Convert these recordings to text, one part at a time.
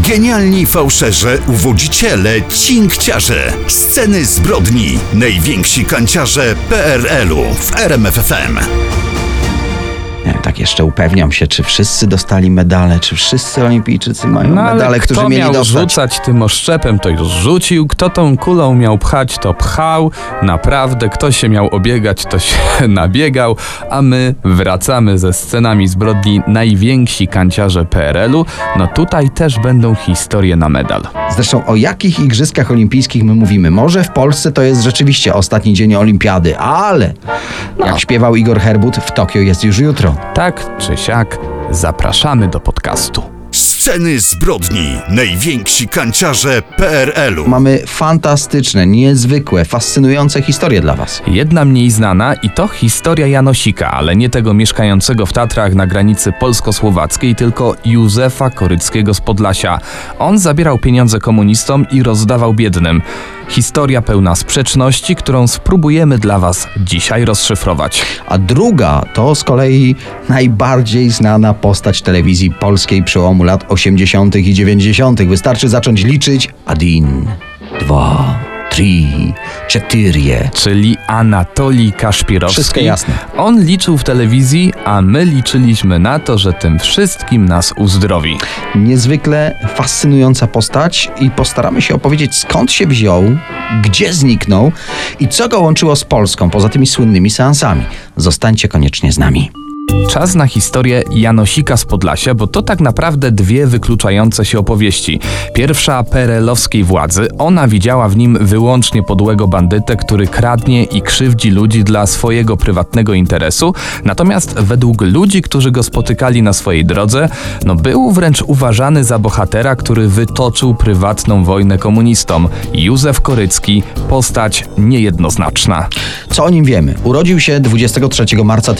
Genialni fałszerze, uwodziciele, cinkciarze. Sceny zbrodni. Najwięksi kanciarze PRL-u w RMF FM. Tak jeszcze upewniam się, czy wszyscy dostali medale, czy wszyscy olimpijczycy mają medale, którzy mieli dostać. Kto miał rzucać tym oszczepem, to już rzucił. Kto tą kulą miał pchać, to pchał. Naprawdę, kto się miał obiegać, to się nabiegał. A my wracamy ze scenami zbrodni najwięksi kanciarze PRL-u. No tutaj też będą historie na medal. Zresztą o jakich igrzyskach olimpijskich my mówimy? Może w Polsce to jest rzeczywiście ostatni dzień olimpiady, ale jak śpiewał Igor Herbut, w Tokio jest już jutro. Tak czy siak, zapraszamy do podcastu. Sceny zbrodni. Najwięksi kanciarze PRL-u. Mamy fantastyczne, niezwykłe, fascynujące historie dla Was. Jedna mniej znana i to historia Janosika, ale nie tego mieszkającego w Tatrach na granicy polsko-słowackiej, tylko Józefa Koryckiego z Podlasia. On zabierał pieniądze komunistom i rozdawał biednym. Historia pełna sprzeczności, którą spróbujemy dla Was dzisiaj rozszyfrować. A druga to z kolei najbardziej znana postać telewizji polskiej przełomu lat 80. i 90. Wystarczy zacząć liczyć 1, 2, 3, 4. Czyli Anatolij Kaszpirowski. Wszystko jasne. On liczył w telewizji, a my liczyliśmy na to, że tym wszystkim nas uzdrowi. Niezwykle fascynująca postać i postaramy się opowiedzieć, skąd się wziął, gdzie zniknął i co go łączyło z Polską poza tymi słynnymi seansami. Zostańcie koniecznie z nami. Czas na historię Janosika z Podlasia, bo to tak naprawdę dwie wykluczające się opowieści. Pierwsza PRL-owskiej władzy, ona widziała w nim wyłącznie podłego bandytę, który kradnie i krzywdzi ludzi dla swojego prywatnego interesu, natomiast według ludzi, którzy go spotykali na swojej drodze, był wręcz uważany za bohatera, który wytoczył prywatną wojnę komunistom. Józef Korycki, postać niejednoznaczna. Co o nim wiemy? Urodził się 23 marca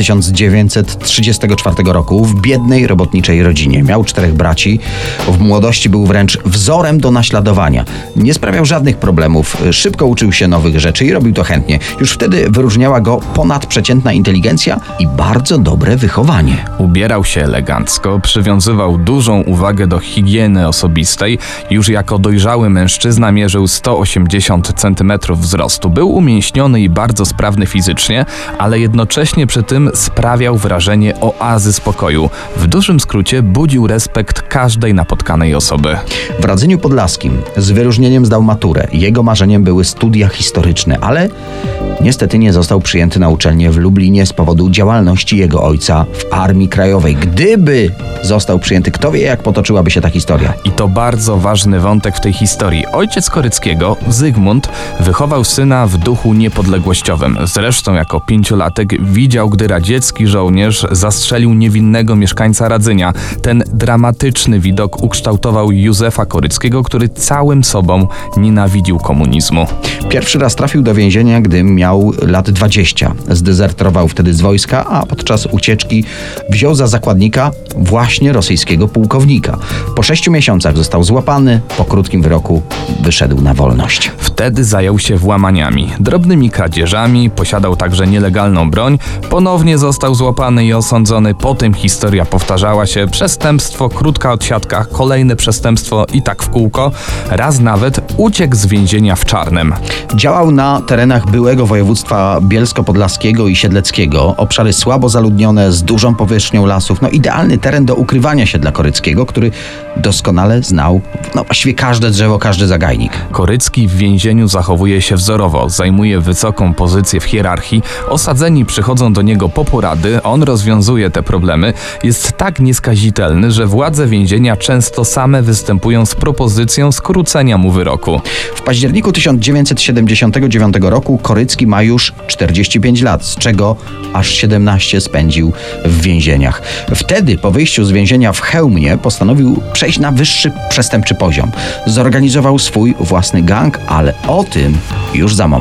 1934 roku w biednej robotniczej rodzinie. Miał 4 braci. W młodości był wręcz wzorem do naśladowania. Nie sprawiał żadnych problemów. Szybko uczył się nowych rzeczy i robił to chętnie. Już wtedy wyróżniała go ponadprzeciętna inteligencja i bardzo dobre wychowanie. Ubierał się elegancko, przywiązywał dużą uwagę do higieny osobistej. Już jako dojrzały mężczyzna mierzył 180 cm wzrostu. Był umięśniony i bardzo sprawny fizycznie, ale jednocześnie przy tym sprawiał wrażenie oazy spokoju. W dużym skrócie budził respekt każdej napotkanej osoby. W Radzyniu Podlaskim z wyróżnieniem zdał maturę. Jego marzeniem były studia historyczne, ale niestety nie został przyjęty na uczelnię w Lublinie z powodu działalności jego ojca w Armii Krajowej. Gdyby został przyjęty, kto wie, jak potoczyłaby się ta historia. I to bardzo ważny wątek w tej historii. Ojciec Koryckiego, Zygmunt, wychował syna w duchu niepodległościowym. Zresztą jako 5-latek widział, gdy radziecki żołnierz zastrzelił niewinnego mieszkańca Radzynia. Ten dramatyczny widok ukształtował Józefa Koryckiego, który całym sobą nienawidził komunizmu. Pierwszy raz trafił do więzienia, gdy miał lat 20. Zdezerterował wtedy z wojska, a podczas ucieczki wziął za zakładnika właśnie rosyjskiego pułkownika. Po 6 miesiącach został złapany, po krótkim wyroku wyszedł na wolność. Wtedy zajął się włamaniami, drobnymi kradzieżami, posiadał także nielegalną broń, ponownie został złapany i osądzony, potem historia powtarzała się, przestępstwo, krótka odsiadka, kolejne przestępstwo i tak w kółko. Raz nawet uciekł z więzienia w Czarnem. Działał na terenach byłego województwa bielsko-podlaskiego i siedleckiego, obszary słabo zaludnione, z dużą powierzchnią lasów, idealny teren do ukrywania się dla Koryckiego, który doskonale znał właściwie każde drzewo, każdy zagajnik. Korycki w więzieniu zachowuje się wzorowo, zajmuje wysoką pozycję w hierarchii, osadzeni przychodzą do niego po porady, on rozwiązuje te problemy, jest tak nieskazitelny, że władze więzienia często same występują z propozycją skrócenia mu wyroku. W październiku 1979 roku Korycki ma już 45 lat, z czego aż 17 spędził w więzieniach. Wtedy, po wyjściu z więzienia w Chełmie, postanowił przejść na wyższy przestępczy poziom. Zorganizował swój własny gang, ale o tym już za moment.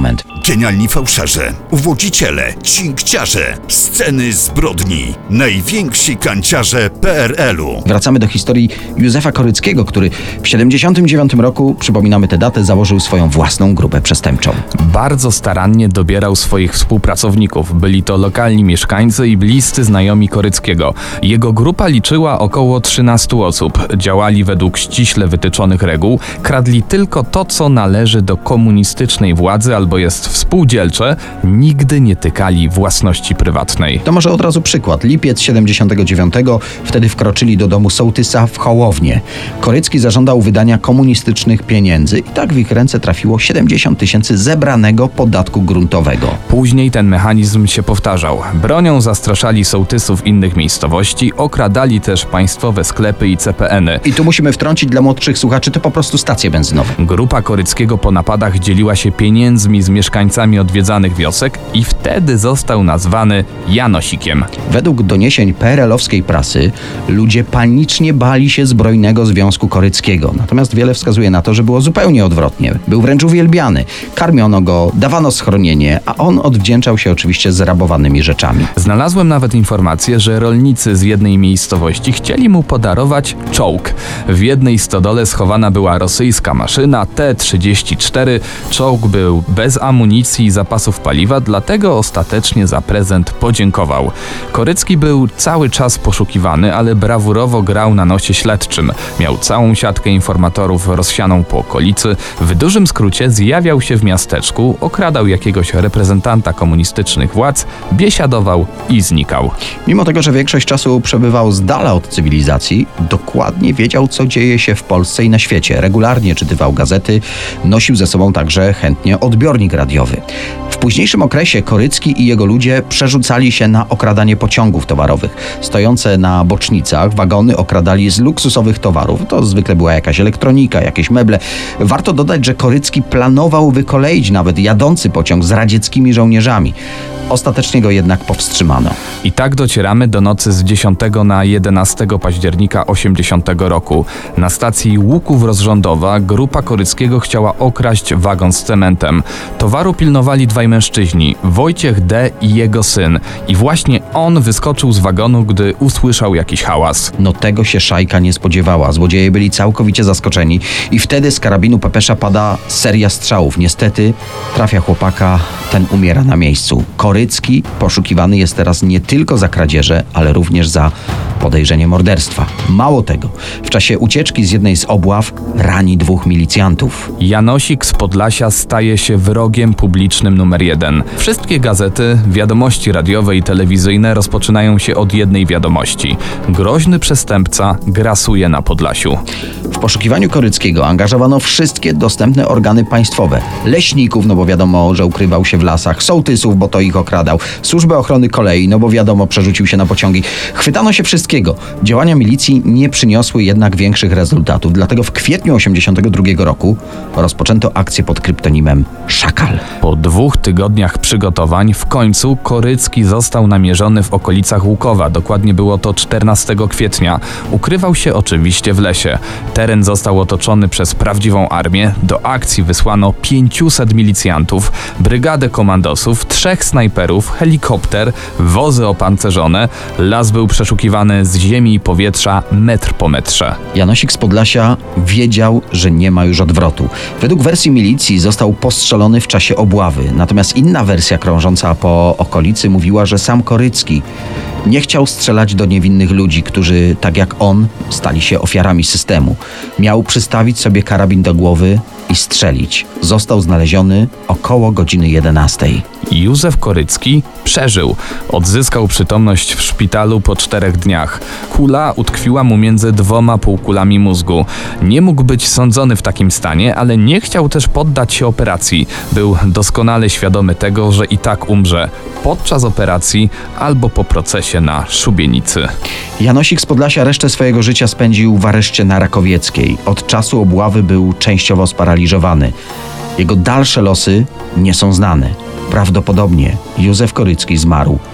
Genialni fałszerze, uwodziciele, cinkciarze, sceny zbrodni, najwięksi kanciarze PRL-u. Wracamy do historii Józefa Koryckiego, który w 79 roku, przypominamy tę datę, założył swoją własną grupę przestępczą. Bardzo starannie dobierał swoich współpracowników. Byli to lokalni mieszkańcy i bliscy znajomi Koryckiego. Jego grupa liczyła około 13 osób. Działali według ściśle wytyczonych reguł. Kradli tylko to, co należy do komunistycznej władzy albo jest współdzielcze. Nigdy nie tykali własności prywatnej. To może od razu przykład. Lipiec 79. Wtedy wkroczyli do domu sołtysa w Hołownię. Korycki zażądał wydania komunistycznych pieniędzy i tak w ich ręce trafiło 70 000 zebranego podatku gruntowego. Później ten mechanizm się powtarzał. Bronią zastraszali sołtysów innych miejscowości, okradali też państwowe sklepy i CPN-y. I tu musimy wtrącić dla młodszych słuchaczy, to po prostu stacje benzynowe. Grupa Koryckiego po napadach dzieliła się pieniędzmi z mieszkańcami odwiedzanych wiosek i wtedy został nazwany Janosikiem. Według doniesień PRL-owskiej prasy ludzie panicznie bali się zbrojnego związku Koryckiego. Natomiast wiele wskazuje na to, że było zupełnie odwrotnie. Był wręcz uwielbiany. Karmiono go, dawano schronienie, a on odwdzięczał się oczywiście zrabowanymi rzeczami. Znalazłem nawet informację, że rolnicy z jednej miejscowości chcieli mu podarować czołg. W jednej stodole schowana była rosyjska maszyna T-34. Czołg był bez amunicji i zapasów paliwa, dlatego ostatecznie za prezent podziękował. Korycki był cały czas poszukiwany, ale brawurowo grał na nosie śledczym. Miał całą siatkę informatorów rozsianą po okolicy. W dużym skrócie zjawiał się w miasteczku, okradał jakiegoś reprezentanta komunistycznych władz, biesiadował i znikał. Mimo tego, że większość czasu przebywał z dala od cywilizacji, dokładnie wiedział, co dzieje się w Polsce i na świecie. Regularnie czytywał gazety, nosił ze sobą także chętnie odbiornik radiowy. W późniejszym okresie Korycki i jego ludzie przerzucali się na okradanie pociągów towarowych. Stojące na bocznicach wagony okradali z luksusowych towarów. To zwykle była jakaś elektronika, jakieś meble. Warto dodać, że Korycki planował wykoleić nawet jadący pociąg z radzieckimi żołnierzami. Ostatecznie go jednak powstrzymano. I tak docieramy do nocy z 10 na 11 października 80 roku. Na stacji Łuków-Rozrządowa grupa Koryckiego chciała okraść wagon z cementem. Towaru pilnowali dwaj mężczyźni, Wojciech D. i jego syn. I właśnie on wyskoczył z wagonu, gdy usłyszał jakiś hałas. No tego się szajka nie spodziewała. Złodzieje byli całkowicie zaskoczeni i wtedy z karabinu Pepesza pada seria strzałów. Niestety trafia chłopaka, ten umiera na miejscu. Korycki poszukiwany jest teraz nie tylko za kradzieże, ale również za podejrzenie morderstwa. Mało tego, w czasie ucieczki z jednej z obław rani 2 milicjantów. Janosik z Podlasia staje się wrogiem publicznym numer 1. Wszystkie gazety, wiadomości radiowe i telewizyjne rozpoczynają się od jednej wiadomości. Groźny przestępca grasuje na Podlasiu. W poszukiwaniu Koryckiego angażowano wszystkie dostępne organy państwowe. Leśników, no bo wiadomo, że ukrywał się w lasach, sołtysów, bo to ich okradał, służbę ochrony kolei, no bo wiadomo, przerzucił się na pociągi. Chwytano się wszystkiego. Działania milicji nie przyniosły jednak większych rezultatów, dlatego w kwietniu 1982 roku rozpoczęto akcję pod kryptonimem Szakal. Po 2 tygodniach przygotowań w końcu Korycki został namierzony w okolicach Łukowa. Dokładnie było to 14 kwietnia. Ukrywał się oczywiście w lesie. Teren został otoczony przez prawdziwą armię. Do akcji wysłano 500 milicjantów, brygadę komandosów, 3 snajperów, helikopter, wozy opancerzone. Las był przeszukiwany z ziemi i powietrza metr po metrze. Janosik z Podlasia wiedział, że nie ma już odwrotu. Według wersji milicji został postrzelony w czasie obławy. Natomiast inna wersja krążąca po okolicy mówiła, że sam Korycki nie chciał strzelać do niewinnych ludzi, którzy, tak jak on, stali się ofiarami systemu. Miał przystawić sobie karabin do głowy i strzelić. Został znaleziony około godziny 11. Józef Korycki przeżył. Odzyskał przytomność w szpitalu po 4 dniach. Kula utkwiła mu między 2 półkulami mózgu. Nie mógł być sądzony w takim stanie, ale nie chciał też poddać się operacji. Był doskonale świadomy tego, że i tak umrze podczas operacji albo po procesie na szubienicy. Janosik z Podlasia resztę swojego życia spędził w areszcie na Rakowieckiej. Od czasu obławy był częściowo sparaliżowany. Jego dalsze losy nie są znane. Prawdopodobnie Józef Korycki zmarł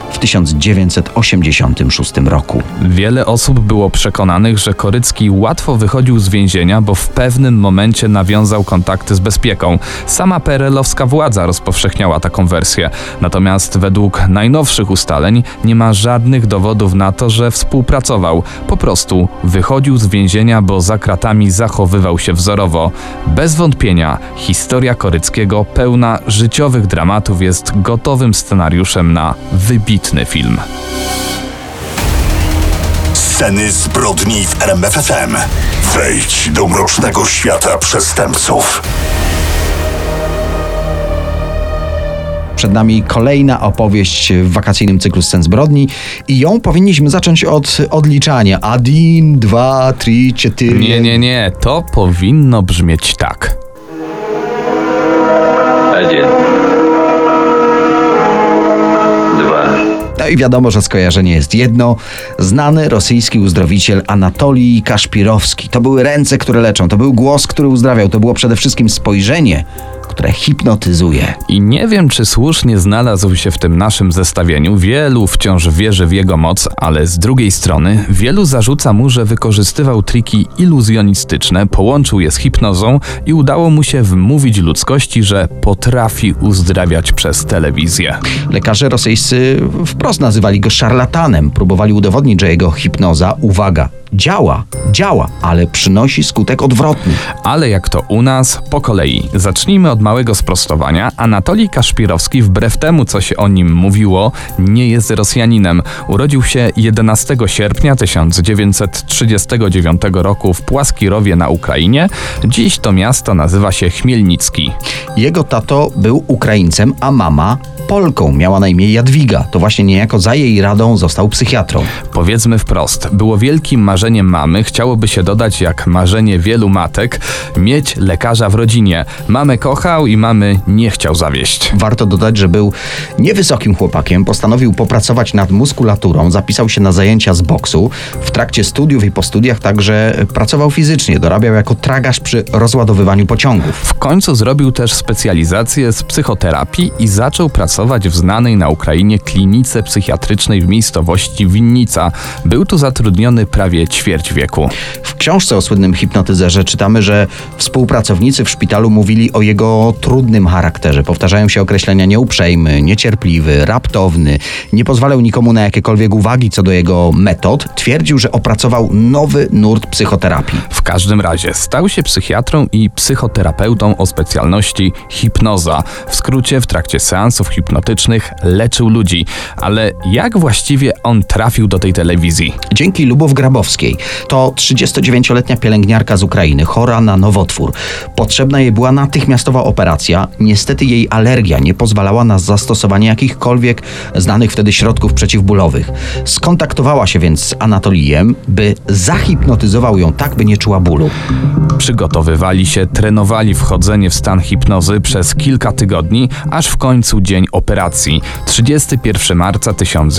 w 1986 roku. Wiele osób było przekonanych, że Korycki łatwo wychodził z więzienia, bo w pewnym momencie nawiązał kontakty z bezpieką. Sama PRL-owska władza rozpowszechniała taką wersję. Natomiast według najnowszych ustaleń nie ma żadnych dowodów na to, że współpracował. Po prostu wychodził z więzienia, bo za kratami zachowywał się wzorowo. Bez wątpienia historia Koryckiego, pełna życiowych dramatów, jest gotowym scenariuszem na wybitny film. Sceny zbrodni w RMF FM. Wejdź do mrocznego świata przestępców. Przed nami kolejna opowieść w wakacyjnym cyklu Scen zbrodni i ją powinniśmy zacząć od odliczania. 1, 2, 3, 4... Nie, to powinno brzmieć tak. 1, 2. No i wiadomo, że skojarzenie jest jedno. Znany rosyjski uzdrowiciel Anatolij Kaszpirowski. To były ręce, które leczą, to był głos, który uzdrawiał, to było przede wszystkim spojrzenie, które hipnotyzuje. I nie wiem, czy słusznie znalazł się w tym naszym zestawieniu. Wielu wciąż wierzy w jego moc, ale z drugiej strony wielu zarzuca mu, że wykorzystywał triki iluzjonistyczne, połączył je z hipnozą i udało mu się wmówić ludzkości, że potrafi uzdrawiać przez telewizję. Lekarze rosyjscy wprost nazywali go szarlatanem. Próbowali udowodnić, że jego hipnoza, uwaga, działa, ale przynosi skutek odwrotny. Ale jak to u nas, po kolei. Zacznijmy od małego sprostowania. Anatolij Kaszpirowski, wbrew temu, co się o nim mówiło, nie jest Rosjaninem. Urodził się 11 sierpnia 1939 roku w Płaskirowie na Ukrainie. Dziś to miasto nazywa się Chmielnicki. Jego tato był Ukraińcem, a mama Polką. Miała na imię Jadwiga. To właśnie niejako za jej radą został psychiatrą. Powiedzmy wprost, było wielkim marzeniem mamy, chciałoby się dodać jak marzenie wielu matek, mieć lekarza w rodzinie. Mamę kochał i mamy nie chciał zawieść. Warto dodać, że był niewysokim chłopakiem, postanowił popracować nad muskulaturą, zapisał się na zajęcia z boksu. W trakcie studiów i po studiach także pracował fizycznie, dorabiał jako tragarz przy rozładowywaniu pociągów. W końcu zrobił też specjalizację z psychoterapii i zaczął pracować w znanej na Ukrainie klinice psychiatrycznej w miejscowości Winnica. Był tu zatrudniony prawie ćwierć wieku. W książce o słynnym hipnotyzerze czytamy, że współpracownicy w szpitalu mówili o jego trudnym charakterze. Powtarzają się określenia nieuprzejmy, niecierpliwy, raptowny. Nie pozwalał nikomu na jakiekolwiek uwagi co do jego metod. Twierdził, że opracował nowy nurt psychoterapii. W każdym razie stał się psychiatrą i psychoterapeutą o specjalności hipnoza. W skrócie, w trakcie seansów hipnotycznych leczył ludzi. Ale jak właściwie on trafił do tej telewizji? Dzięki Lubów Grabowskiej. To 39-letnia pielęgniarka z Ukrainy, chora na nowotwór. Potrzebna jej była natychmiastowa operacja. Niestety jej alergia nie pozwalała na zastosowanie jakichkolwiek znanych wtedy środków przeciwbólowych. Skontaktowała się więc z Anatolijem, by zahipnotyzował ją tak, by nie czuła bólu. Przygotowywali się, trenowali wchodzenie w stan hipnozy przez kilka tygodni, aż w końcu dzień operacji. 31 marca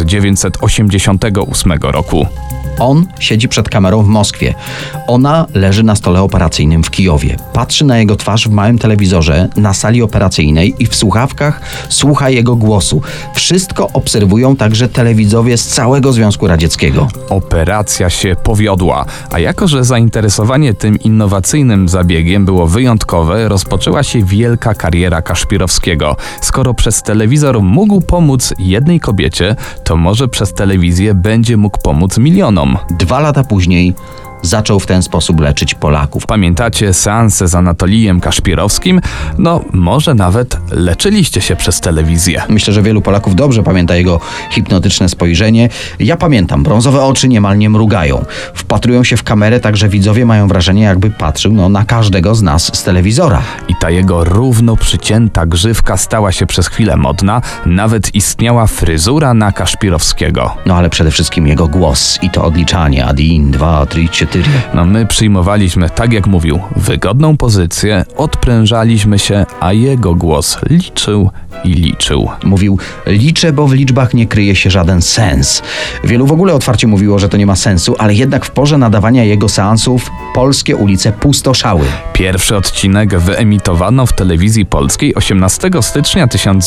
1988 roku. On siedzi przed kamerą w Moskwie. Ona leży na stole operacyjnym w Kijowie. Patrzy na jego twarz w małym telewizorze na sali operacyjnej i w słuchawkach słucha jego głosu. Wszystko obserwują także telewidzowie z całego Związku Radzieckiego. Operacja się powiodła, a jako że zainteresowanie tym innowacyjnym zabiegiem było wyjątkowe, rozpoczęła się wielka kariera Kaszpirowskiego. Skoro przez telewizor mógł pomóc jednej kobiecie, to może przez telewizję będzie mógł pomóc milionom. 2 lata później zaczął w ten sposób leczyć Polaków. Pamiętacie seanse z Anatolijem Kaszpirowskim? No, może nawet leczyliście się przez telewizję. Myślę, że wielu Polaków dobrze pamięta jego hipnotyczne spojrzenie. Ja pamiętam, brązowe oczy niemal nie mrugają. Wpatrują się w kamerę, tak że widzowie mają wrażenie, jakby patrzył na każdego z nas z telewizora. I ta jego równo przycięta grzywka stała się przez chwilę modna, nawet istniała fryzura na Kaszpirowskiego. No ale przede wszystkim jego głos i to odliczanie. 1, 2, 3, 4. No my przyjmowaliśmy, tak jak mówił, wygodną pozycję, odprężaliśmy się, a jego głos liczył i liczył. Mówił, liczę, bo w liczbach nie kryje się żaden sens. Wielu w ogóle otwarcie mówiło, że to nie ma sensu, ale jednak w porze nadawania jego seansów polskie ulice pustoszały. Pierwszy odcinek wyemitowano w telewizji polskiej 18 stycznia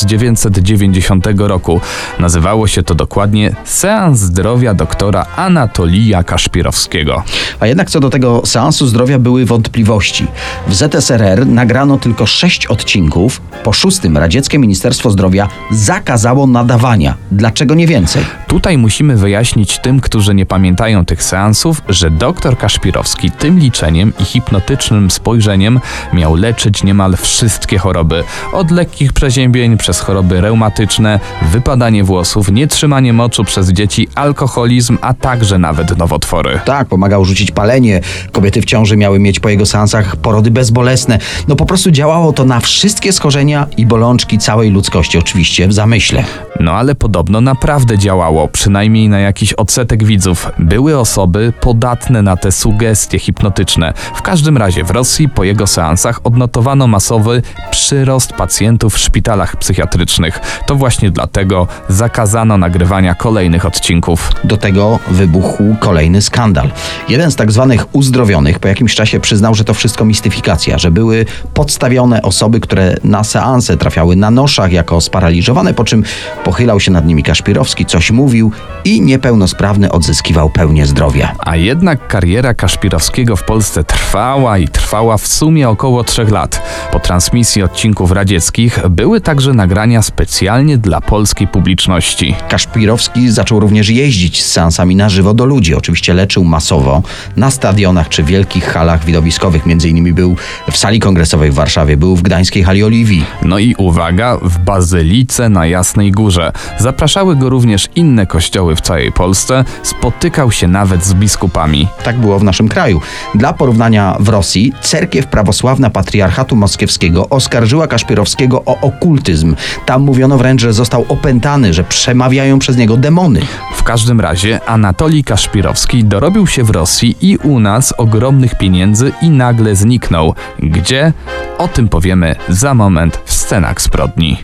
1990 roku. Nazywało się to dokładnie Seans zdrowia doktora Anatolija Kaszpirowskiego. A jednak co do tego seansu zdrowia były wątpliwości. W ZSRR nagrano tylko 6 odcinków. Po 6 radzieckie Ministerstwo Zdrowia zakazało nadawania. Dlaczego nie więcej? Tutaj musimy wyjaśnić tym, którzy nie pamiętają tych seansów, że doktor Kaszpirowski tym liczeniem i hipnotycznym spojrzeniem miał leczyć niemal wszystkie choroby. Od lekkich przeziębień przez choroby reumatyczne, wypadanie włosów, nietrzymanie moczu przez dzieci, alkoholizm, a także nawet nowotwory. Tak, pomagał rzucić palenie. Kobiety w ciąży miały mieć po jego seansach porody bezbolesne. No po prostu działało to na wszystkie schorzenia i bolączki całej ludzkości, oczywiście w zamyśle. No ale podobno naprawdę działało, przynajmniej na jakiś odsetek widzów. Były osoby podatne na te sugestie hipnotyczne. W każdym razie w Rosji po jego seansach odnotowano masowy przyrost pacjentów w szpitalach psychiatrycznych. To właśnie dlatego zakazano nagrywania kolejnych odcinków. Do tego wybuchł kolejny skandal. Jeden z tak zwanych uzdrowionych po jakimś czasie przyznał, że to wszystko mistyfikacja, że były podstawione osoby, które na seanse trafiały na noszach jako sparaliżowane, po czym pochylał się nad nimi Kaszpirowski, coś mówił i niepełnosprawny odzyskiwał pełnię zdrowia. A jednak kariera Kaszpirowskiego w Polsce trwała i trwała w sumie około 3 lat. Po transmisji odcinków radzieckich były także nagrania specjalnie dla polskiej publiczności. Kaszpirowski zaczął również jeździć z seansami na żywo do ludzi. Oczywiście leczył masowo na stadionach czy wielkich halach widowiskowych. Między innymi był w sali kongresowej w Warszawie, był w gdańskiej hali Oliwii. No i uwaga, w Bazylice na Jasnej Górze. Zapraszały go również inne kościoły w całej Polsce, spotykał się nawet z biskupami. Tak było w naszym kraju. Dla porównania w Rosji cerkiew prawosławna Patriarchatu Moskiewskiego oskarżyła Kaszpirowskiego o okultyzm. Tam mówiono wręcz, że został opętany, że przemawiają przez niego demony. W każdym razie Anatolij Kaszpirowski dorobił się w Rosji i u nas ogromnych pieniędzy i nagle zniknął. Gdzie? O tym powiemy za moment w Scenach zbrodni.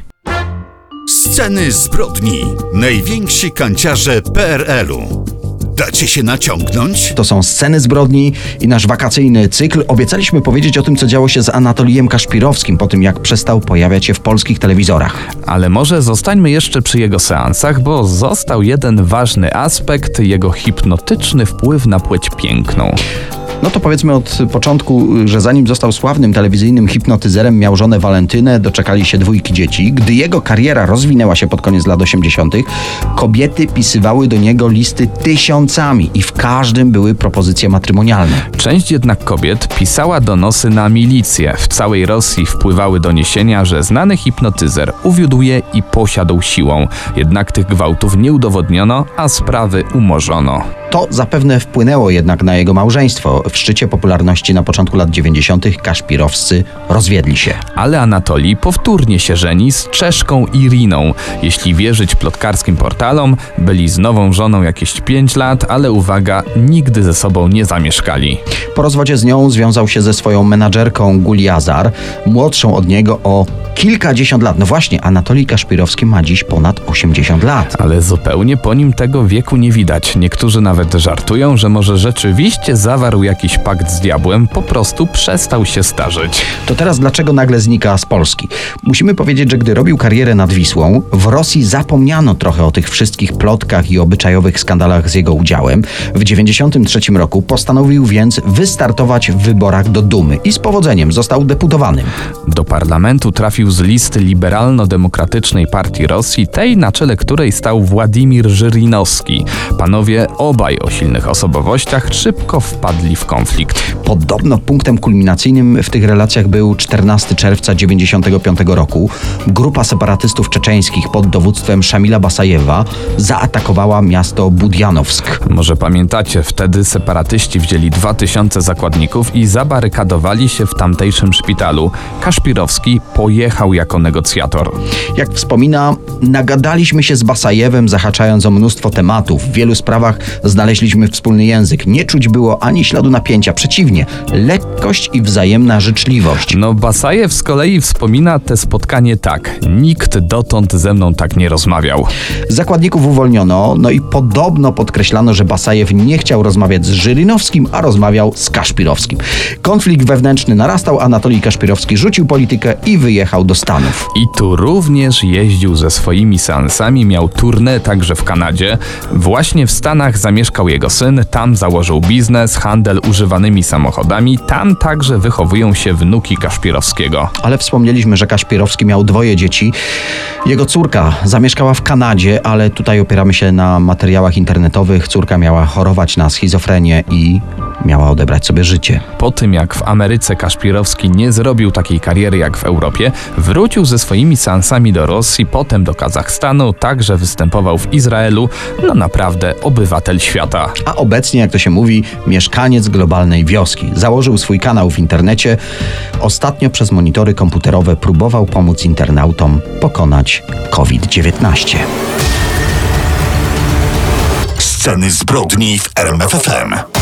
Sceny zbrodni. Najwięksi kanciarze PRL-u. Dacie się naciągnąć? To są Sceny zbrodni i nasz wakacyjny cykl. Obiecaliśmy powiedzieć o tym, co działo się z Anatolijem Kaszpirowskim po tym, jak przestał pojawiać się w polskich telewizorach. Ale może zostańmy jeszcze przy jego seansach, bo został jeden ważny aspekt, jego hipnotyczny wpływ na płeć piękną. No to powiedzmy od początku, że zanim został sławnym telewizyjnym hipnotyzerem, miał żonę Walentynę, doczekali się 2 dzieci. Gdy jego kariera rozwinęła się pod koniec lat 80., kobiety pisywały do niego listy tysiącami i w każdym były propozycje matrymonialne. Część jednak kobiet pisała donosy na milicję. W całej Rosji wpływały doniesienia, że znany hipnotyzer uwiódł je i posiadł siłą. Jednak tych gwałtów nie udowodniono, a sprawy umorzono. To zapewne wpłynęło jednak na jego małżeństwo. W szczycie popularności na początku lat 90. Kaszpirowscy rozwiedli się. Ale Anatolij powtórnie się żeni z Czeszką Iriną. Jeśli wierzyć plotkarskim portalom, byli z nową żoną jakieś 5 lat, ale uwaga, nigdy ze sobą nie zamieszkali. Po rozwodzie z nią związał się ze swoją menadżerką Guliazar, młodszą od niego o kilkadziesiąt lat. No właśnie, Anatolij Kaszpirowski ma dziś ponad 80 lat. Ale zupełnie po nim tego wieku nie widać. Niektórzy nawet żartują, że może rzeczywiście zawarł jakiś pakt z diabłem, po prostu przestał się starzeć. To teraz dlaczego nagle znika z Polski? Musimy powiedzieć, że gdy robił karierę nad Wisłą, w Rosji zapomniano trochę o tych wszystkich plotkach i obyczajowych skandalach z jego udziałem. W 1993 roku postanowił więc wystartować w wyborach do Dumy i z powodzeniem został deputowanym. Do parlamentu trafił z listy Liberalno-Demokratycznej Partii Rosji, tej na czele której stał Władimir Żyrinowski. Panowie obaj o silnych osobowościach szybko wpadli w konflikt. Podobno punktem kulminacyjnym w tych relacjach był 14 czerwca 1995 roku. Grupa separatystów czeczeńskich pod dowództwem Szamila Basajewa zaatakowała miasto Budianowsk. Może pamiętacie, wtedy separatyści wzięli 2000 zakładników i zabarykadowali się w tamtejszym szpitalu. Kaszpirowski pojechał jako negocjator. Jak wspomina, nagadaliśmy się z Basajewem, zahaczając o mnóstwo tematów. W wielu sprawach znaleźliśmy wspólny język. Nie czuć było ani śladu napięcia. Przeciwnie, lekkość i wzajemna życzliwość. No, Basajew z kolei wspomina te spotkanie tak. Nikt dotąd ze mną tak nie rozmawiał. Zakładników uwolniono, no i podobno podkreślano, że Basajew nie chciał rozmawiać z Żyrinowskim, a rozmawiał z Kaszpirowskim. Konflikt wewnętrzny narastał, Anatolij Kaszpirowski rzucił politykę i wyjechał do Stanów. I tu również jeździł ze swoimi seansami, miał tournée także w Kanadzie. Właśnie w Stanach zamieszkał jego syn, tam założył biznes, handel używanymi samochodami, tam także wychowują się wnuki Kaszpirowskiego. Ale wspomnieliśmy, że Kaszpirowski miał 2 dzieci. Jego córka zamieszkała w Kanadzie, ale tutaj opieramy się na materiałach internetowych. Córka miała chorować na schizofrenię i miała odebrać sobie życie. Po tym jak w Ameryce Kaszpirowski nie zrobił takiej kariery jak w Europie, wrócił ze swoimi seansami do Rosji, potem do Kazachstanu, także występował w Izraelu. No naprawdę obywatel świata. A obecnie, jak to się mówi, mieszkaniec globalnej wioski. Założył swój kanał w internecie. Ostatnio przez monitory komputerowe próbował pomóc internautom pokonać COVID-19. Sceny zbrodni w RMF FM.